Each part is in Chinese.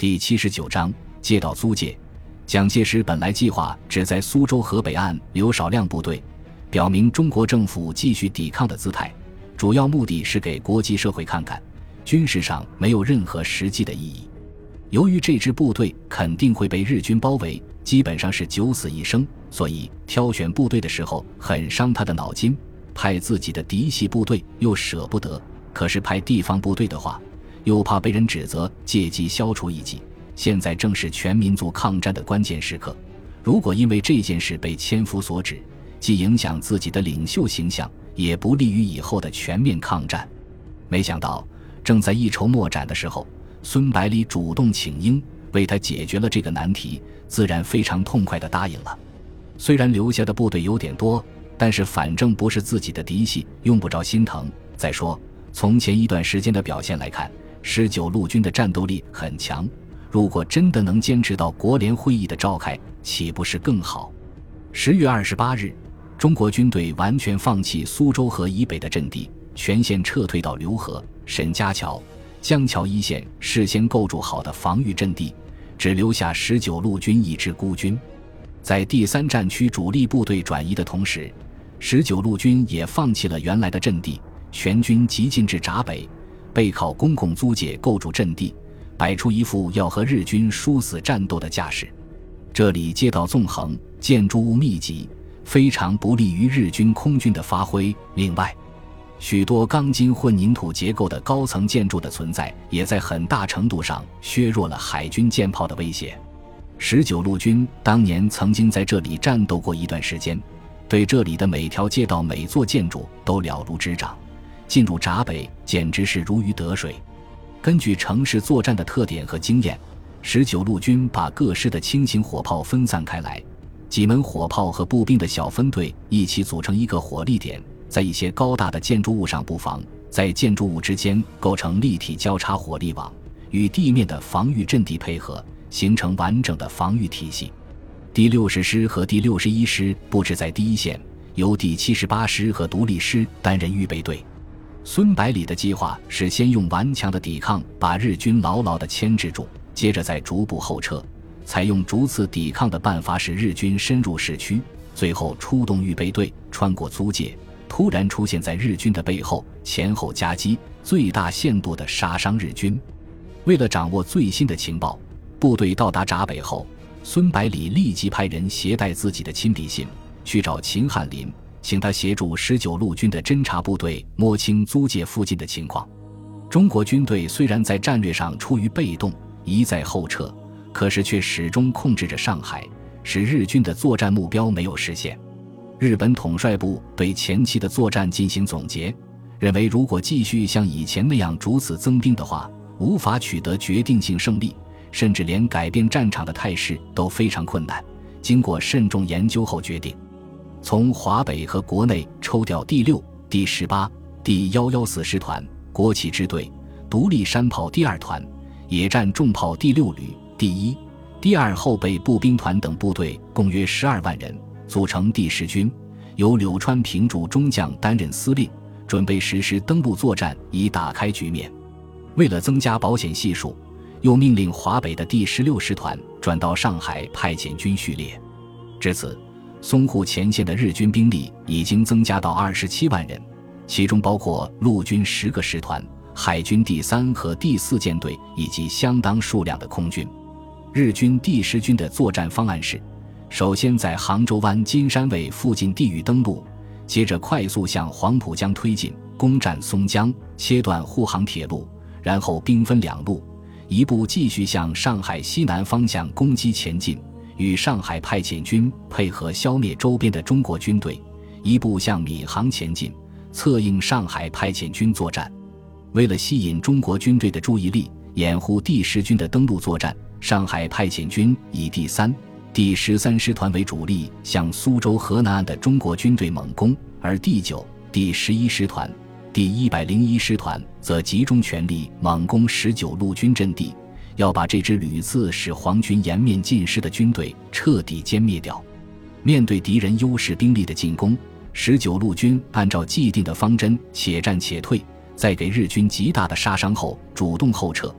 第79章借道租界。蒋介石本来计划只在苏州河北岸留少量部队，表明中国政府继续抵抗的姿态，主要目的是给国际社会看看，军事上没有任何实际的意义。由于这支部队肯定会被日军包围，基本上是九死一生，所以挑选部队的时候很伤他的脑筋。派自己的嫡系部队又舍不得，可是派地方部队的话，又怕被人指责借机消除异己。现在正是全民族抗战的关键时刻，如果因为这件事被千夫所指，既影响自己的领袖形象，也不利于以后的全面抗战。没想到正在一筹莫展的时候，孙百里主动请缨，为他解决了这个难题，自然非常痛快地答应了。虽然留下的部队有点多，但是反正不是自己的嫡系，用不着心疼。再说从前一段时间的表现来看，19路军的战斗力很强，如果真的能坚持到国联会议的召开，岂不是更好？10月28日，中国军队完全放弃苏州河以北的阵地，全线撤退到浏河、沈家桥、江桥一线事先构筑好的防御阵地，只留下19路军一支孤军。在第3战区主力部队转移的同时，19路军也放弃了原来的阵地，全军急进至闸北，背靠公共租界构筑阵地，摆出一副要和日军殊死战斗的架势。这里街道纵横，建筑物密集，非常不利于日军空军的发挥。另外，许多钢筋混凝土结构的高层建筑的存在，也在很大程度上削弱了海军舰炮的威胁。19路军当年曾经在这里战斗过一段时间，对这里的每条街道每座建筑都了如指掌，进入闸北简直是如鱼得水。根据城市作战的特点和经验，19路军把各师的轻型火炮分散开来，几门火炮和步兵的小分队一起组成一个火力点，在一些高大的建筑物上布防，在建筑物之间构成立体交叉火力网，与地面的防御阵地配合，形成完整的防御体系。第60师和第61师布置在第一线，由第78师和独立师担任预备队。孙百里的计划是先用顽强的抵抗把日军牢牢地牵制住，接着再逐步后撤，采用逐次抵抗的办法使日军深入市区，最后出动预备队穿过租界，突然出现在日军的背后，前后夹击，最大限度地杀伤日军。为了掌握最新的情报，部队到达闸北后，孙百里立即派人携带自己的亲笔信去找秦汉林，请他协助19路军的侦察部队摸清租界附近的情况。中国军队虽然在战略上处于被动，一再后撤，可是却始终控制着上海，使日军的作战目标没有实现。日本统帅部对前期的作战进行总结，认为如果继续像以前那样逐次增兵的话，无法取得决定性胜利，甚至连改变战场的态势都非常困难。经过慎重研究后决定，从华北和国内抽调第6、第18、第114师团、国旗支队、独立山炮第2团、野战重炮第6旅、第1、第2后备步兵团等部队，共约12万人，组成第10军，由柳川平助中将担任司令，准备实施登陆作战，以打开局面。为了增加保险系数，又命令华北的第16师团转到上海派遣军序列。至此，淞沪前线的日军兵力已经增加到27万人，其中包括陆军10个师团、海军第3和第4舰队以及相当数量的空军。日军第10军的作战方案是，首先在杭州湾金山卫附近地域登陆，接着快速向黄浦江推进，攻占松江，切断沪杭铁路，然后兵分2路，一部继续向上海西南方向攻击前进，与上海派遣军配合消灭周边的中国军队，一部向闵行前进，策应上海派遣军作战。为了吸引中国军队的注意力，掩护第10军的登陆作战，上海派遣军以第3、第13师团为主力向苏州河南岸的中国军队猛攻，而第9、第11师团、第101师团则集中全力猛攻19路军阵地，要把这支屡次使皇军颜面尽失的军队彻底歼灭掉。面对敌人优势兵力的进攻，19路军按照既定的方针且战且退，在给日军极大的杀伤后主动后撤，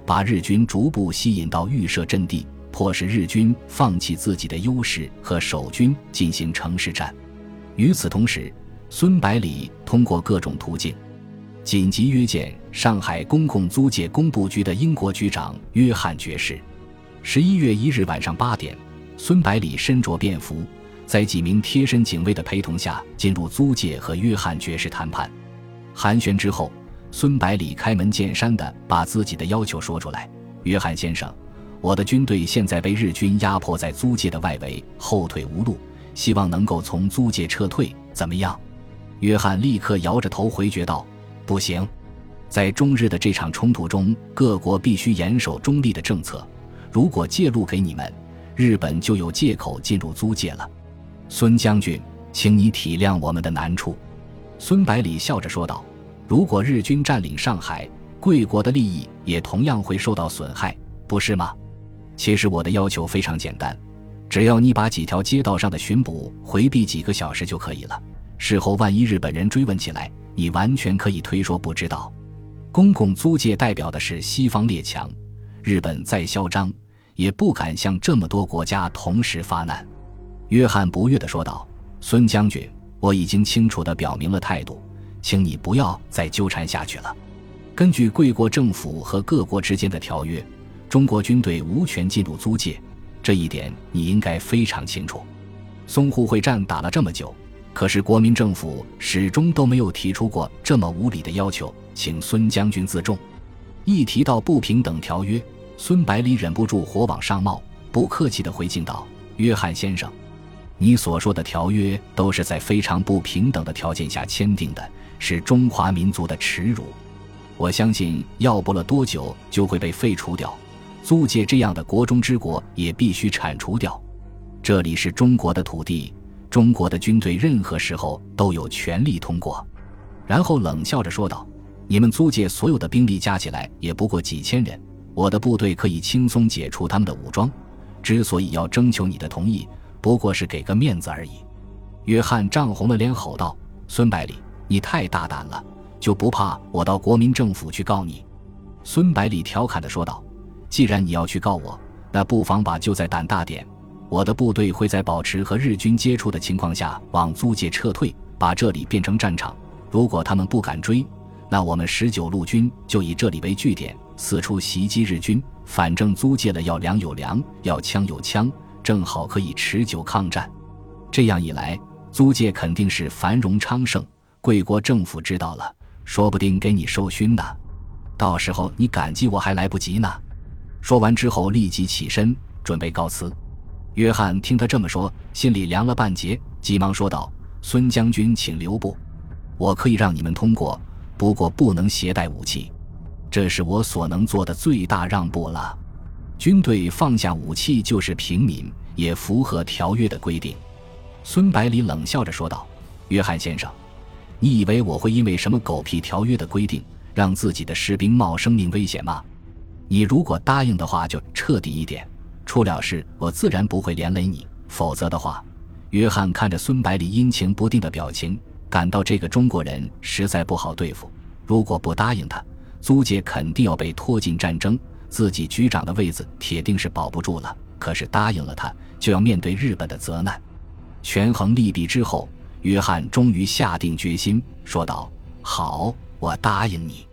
把日军逐步吸引到预设阵地，迫使日军放弃自己的优势和守军进行城市战。与此同时，孙百里通过各种途径紧急约见上海公共租界工部局的英国局长约翰爵士。11月1日晚上8点，孙百里身着便服，在几名贴身警卫的陪同下进入租界和约翰爵士谈判。寒暄之后，孙百里开门见山地把自己的要求说出来：约翰先生，我的军队现在被日军压迫在租界的外围，后退无路，希望能够从租界撤退，怎么样？约翰立刻摇着头回绝道：不行，在中日的这场冲突中，各国必须严守中立的政策，如果借路给你们，日本就有借口进入租界了。孙将军，请你体谅我们的难处。孙百里笑着说道：如果日军占领上海，贵国的利益也同样会受到损害，不是吗？其实我的要求非常简单，只要你把几条街道上的巡捕回避几个小时就可以了，事后万一日本人追问起来，你完全可以推说不知道。公共租界代表的是西方列强，日本再嚣张也不敢向这么多国家同时发难。约翰不悦地说道：孙将军，我已经清楚地表明了态度，请你不要再纠缠下去了。根据贵国政府和各国之间的条约，中国军队无权进入租界，这一点你应该非常清楚。淞沪会战打了这么久，可是国民政府始终都没有提出过这么无理的要求，请孙将军自重。一提到不平等条约，孙百里忍不住火往上冒，不客气地回敬道：约翰先生，你所说的条约都是在非常不平等的条件下签订的，是中华民族的耻辱。我相信要不了多久就会被废除掉，租界这样的国中之国也必须铲除掉。这里是中国的土地，中国的军队任何时候都有权利通过。然后冷笑着说道：你们租界所有的兵力加起来也不过几千人，我的部队可以轻松解除他们的武装，之所以要征求你的同意，不过是给个面子而已。约翰涨红了脸吼道：孙百里，你太大胆了，就不怕我到国民政府去告你？孙百里调侃地说道：既然你要去告我，那不妨把就在胆大点，我的部队会在保持和日军接触的情况下往租界撤退，把这里变成战场。如果他们不敢追，那我们19路军就以这里为据点，四处袭击日军，反正租界了，要粮有粮，要枪有枪，正好可以持久抗战。这样一来，租界肯定是繁荣昌盛，贵国政府知道了，说不定给你授勋呢，到时候你感激我还来不及呢。说完之后立即起身准备告辞。约翰听他这么说，心里凉了半截，急忙说道：孙将军请留步，我可以让你们通过，不过不能携带武器，这是我所能做的最大让步了。军队放下武器就是平民，也符合条约的规定。孙百里冷笑着说道：约翰先生，你以为我会因为什么狗屁条约的规定让自己的士兵冒生命危险吗？你如果答应的话就彻底一点，出了事我自然不会连累你，否则的话。约翰看着孙百里阴晴不定的表情，感到这个中国人实在不好对付，如果不答应他，租界肯定要被拖进战争，自己局长的位子铁定是保不住了，可是答应了他，就要面对日本的责难。权衡利弊之后，约翰终于下定决心说道：好，我答应你。